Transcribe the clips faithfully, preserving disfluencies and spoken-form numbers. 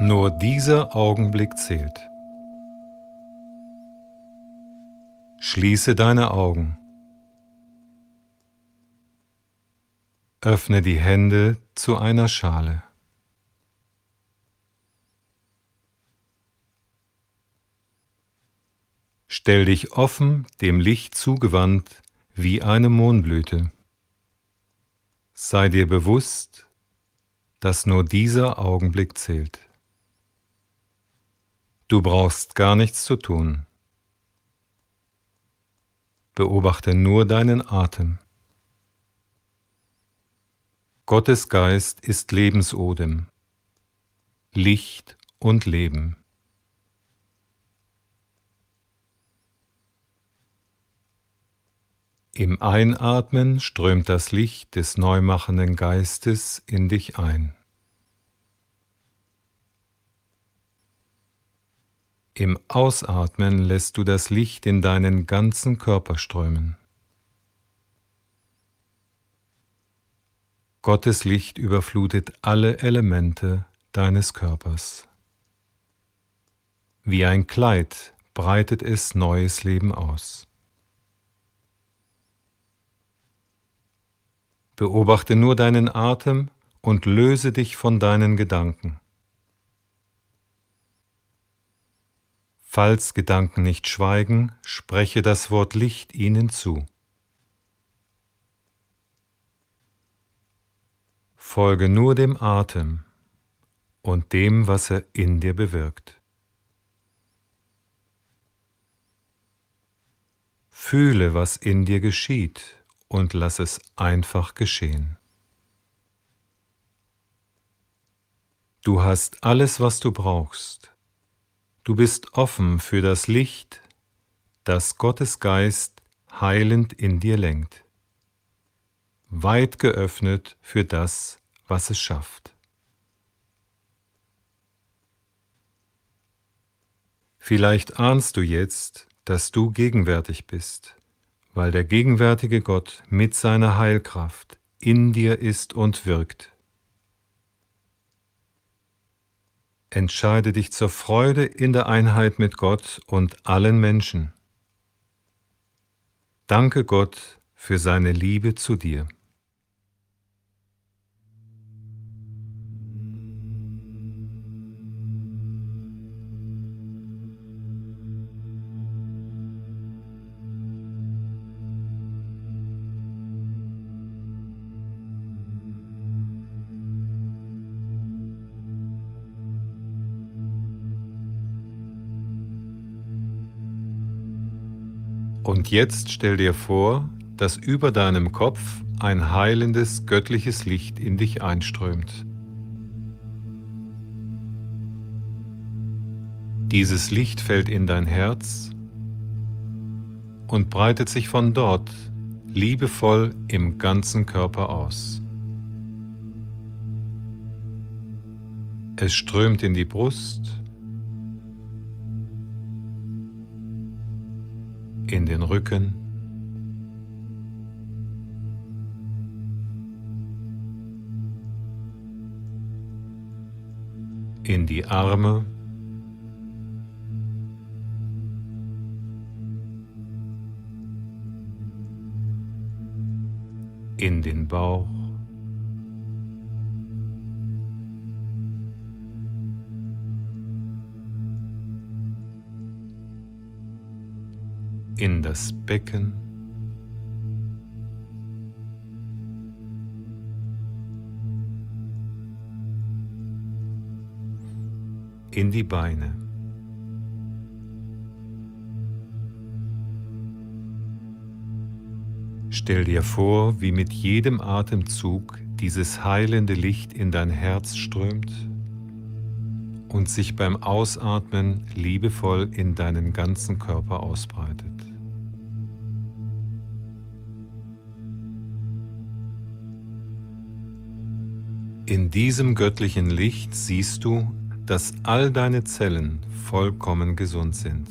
Nur dieser Augenblick zählt. Schließe deine Augen. Öffne die Hände zu einer Schale. Stell dich offen dem Licht zugewandt wie eine Mohnblüte. Sei dir bewusst, dass nur dieser Augenblick zählt. Du brauchst gar nichts zu tun. Beobachte nur deinen Atem. Gottes Geist ist Lebensodem, Licht und Leben. Im Einatmen strömt das Licht des neumachenden Geistes in dich ein. Im Ausatmen lässt du das Licht in deinen ganzen Körper strömen. Gottes Licht überflutet alle Elemente deines Körpers. Wie ein Kleid breitet es neues Leben aus. Beobachte nur deinen Atem und löse dich von deinen Gedanken. Falls Gedanken nicht schweigen, spreche das Wort Licht ihnen zu. Folge nur dem Atem und dem, was er in dir bewirkt. Fühle, was in dir geschieht, und lass es einfach geschehen. Du hast alles, was du brauchst. Du bist offen für das Licht, das Gottes Geist heilend in dir lenkt. Weit geöffnet für das, was es schafft. Vielleicht ahnst du jetzt, dass du gegenwärtig bist, weil der gegenwärtige Gott mit seiner Heilkraft in dir ist und wirkt. Entscheide dich zur Freude in der Einheit mit Gott und allen Menschen. Danke Gott für seine Liebe zu dir. Und jetzt stell dir vor, dass über deinem Kopf ein heilendes, göttliches Licht in dich einströmt. Dieses Licht fällt in dein Herz und breitet sich von dort liebevoll im ganzen Körper aus. Es strömt in die Brust, in den Rücken, in die Arme, in den Bauch, in das Becken, in die Beine. Stell dir vor, wie mit jedem Atemzug dieses heilende Licht in dein Herz strömt und sich beim Ausatmen liebevoll in deinen ganzen Körper ausbreitet. In diesem göttlichen Licht siehst du, dass all deine Zellen vollkommen gesund sind.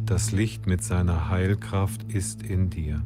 Das Licht mit seiner Heilkraft ist in dir.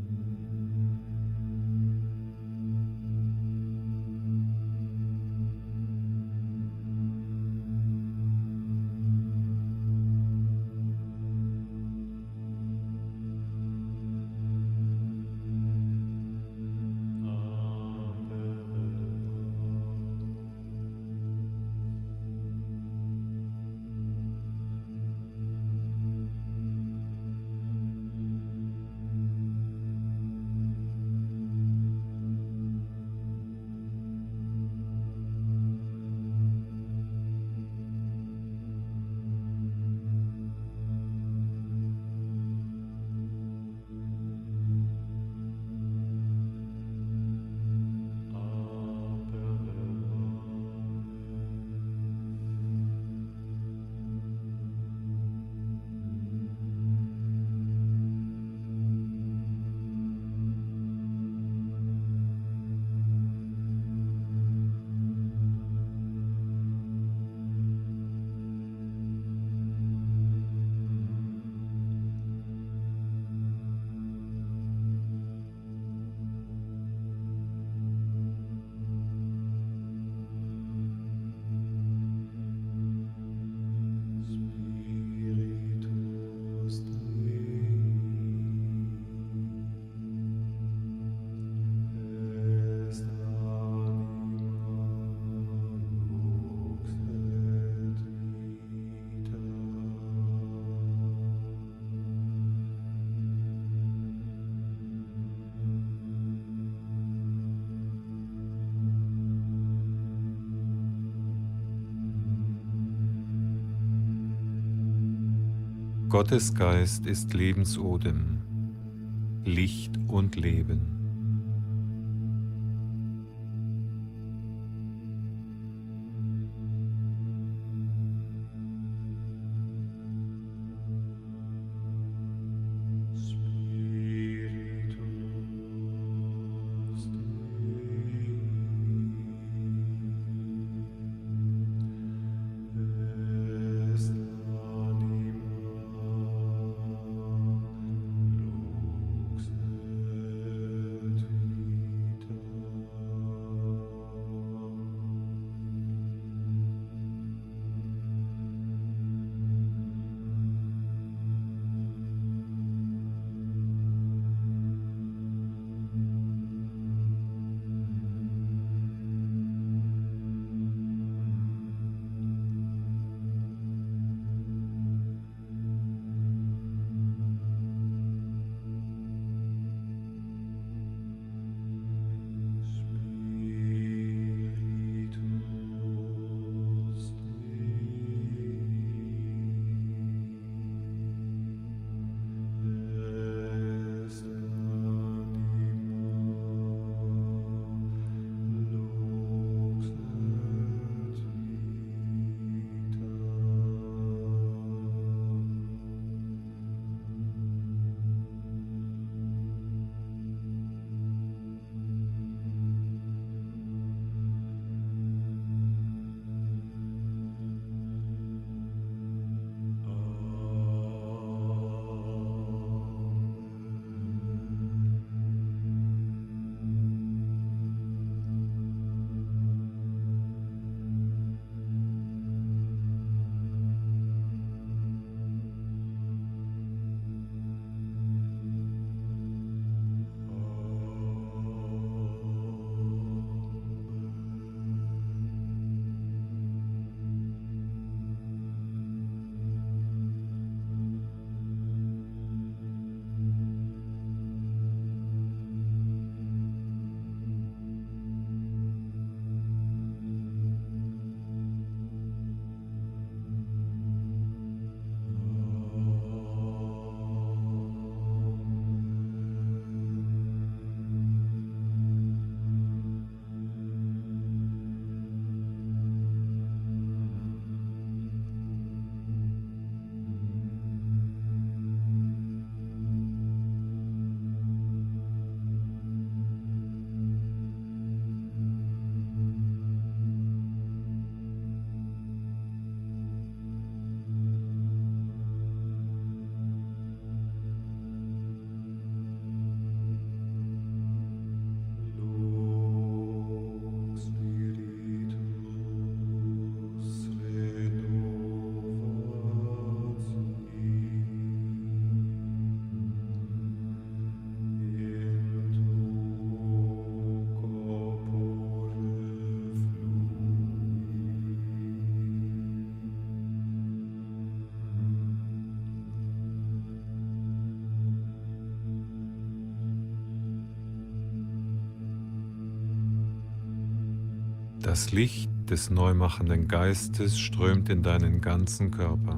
Gottes Geist ist Lebensodem, Licht und Leben. Das Licht des neumachenden Geistes strömt in deinen ganzen Körper.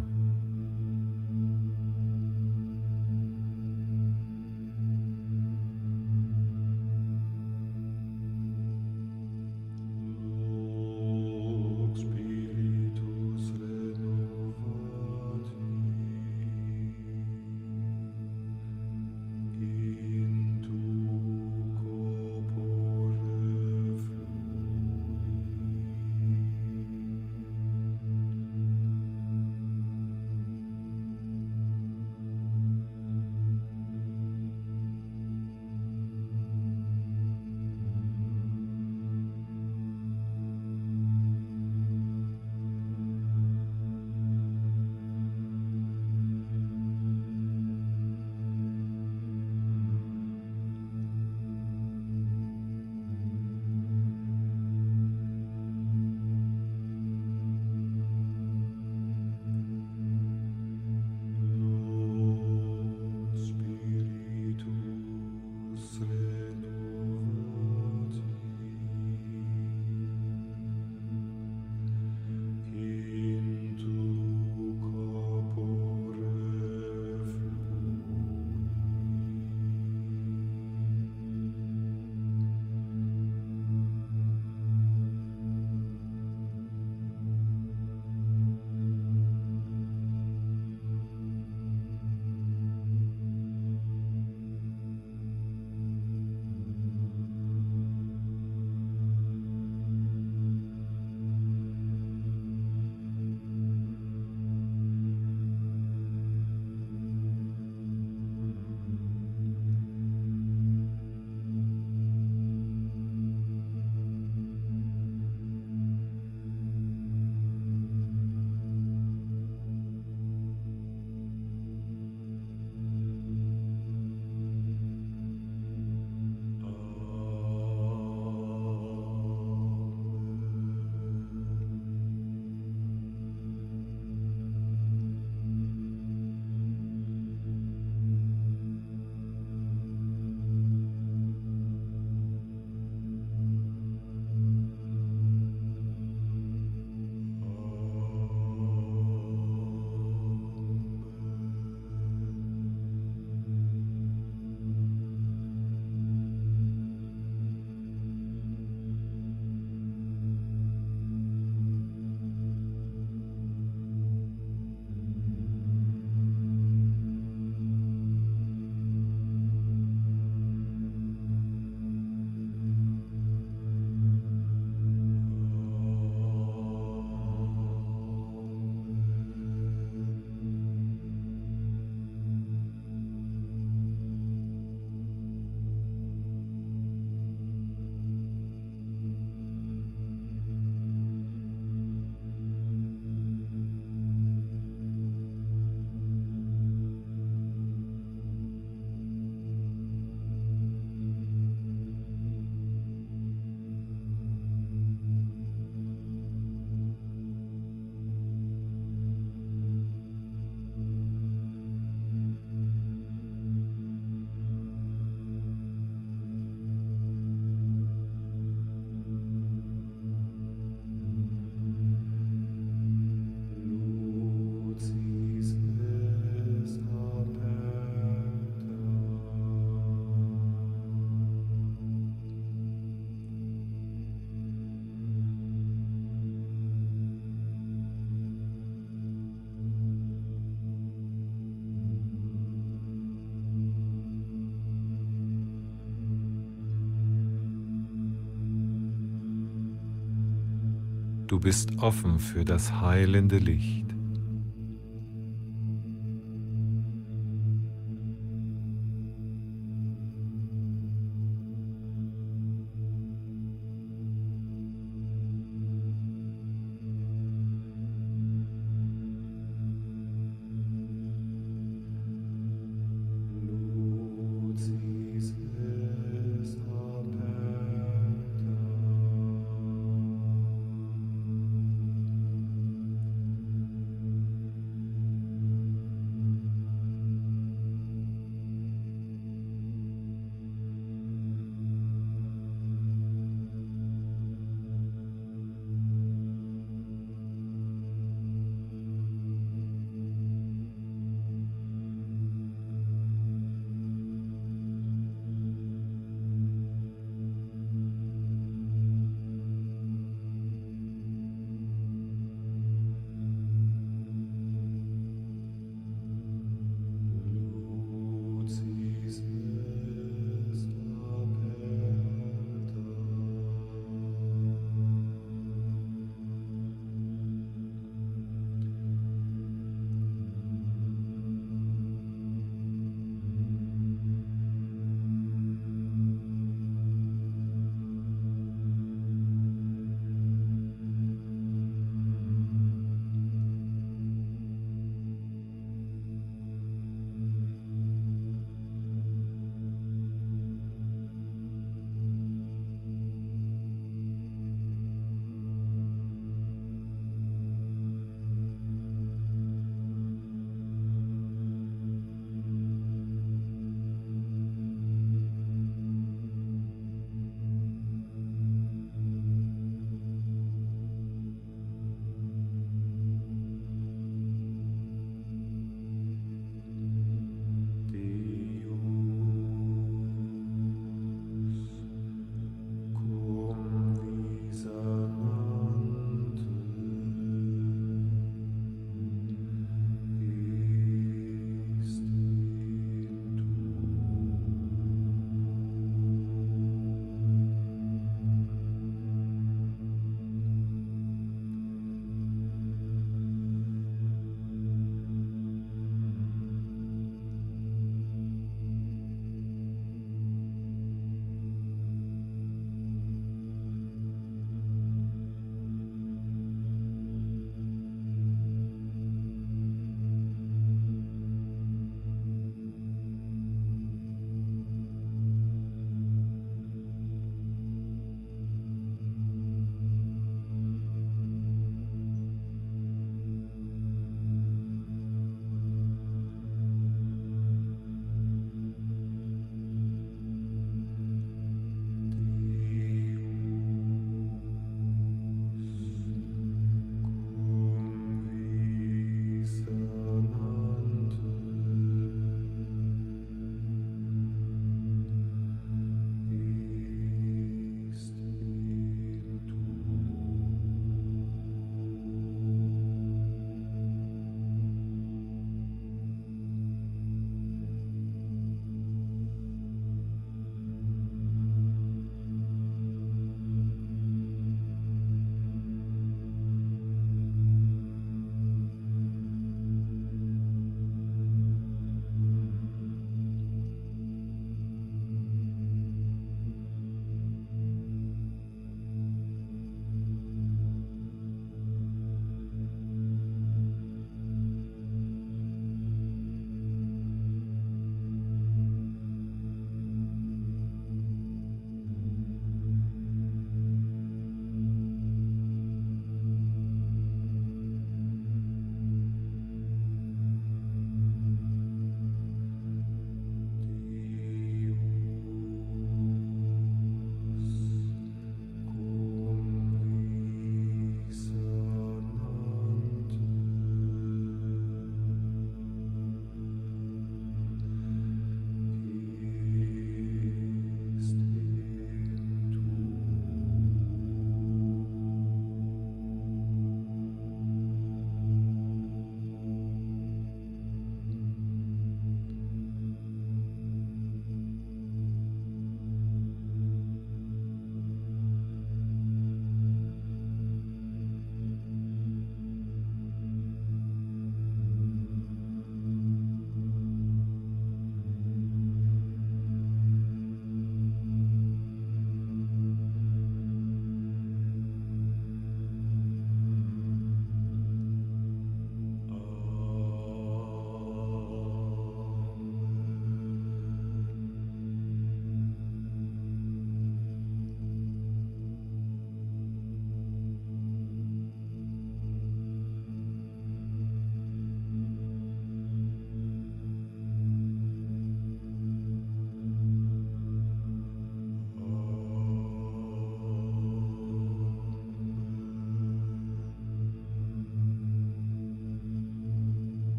Du bist offen für das heilende Licht.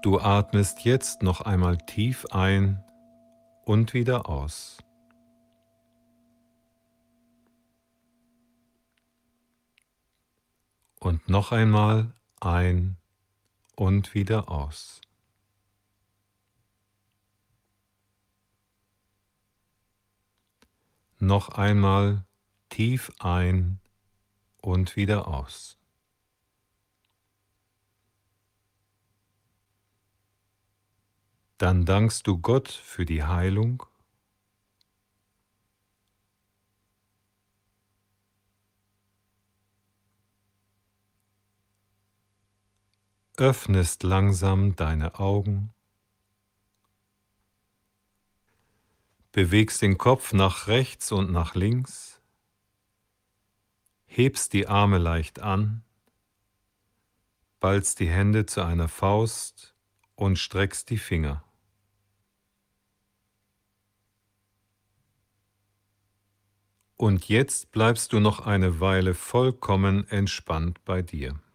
Du atmest jetzt noch einmal tief ein und wieder aus. Und noch einmal ein und wieder aus. Noch einmal tief ein und wieder aus. Dann dankst du Gott für die Heilung öffnest langsam deine Augen, bewegst den Kopf nach rechts und nach links, hebst die Arme leicht an, ballst die Hände zu einer Faust und streckst die Finger. Und jetzt bleibst du noch eine Weile vollkommen entspannt bei dir.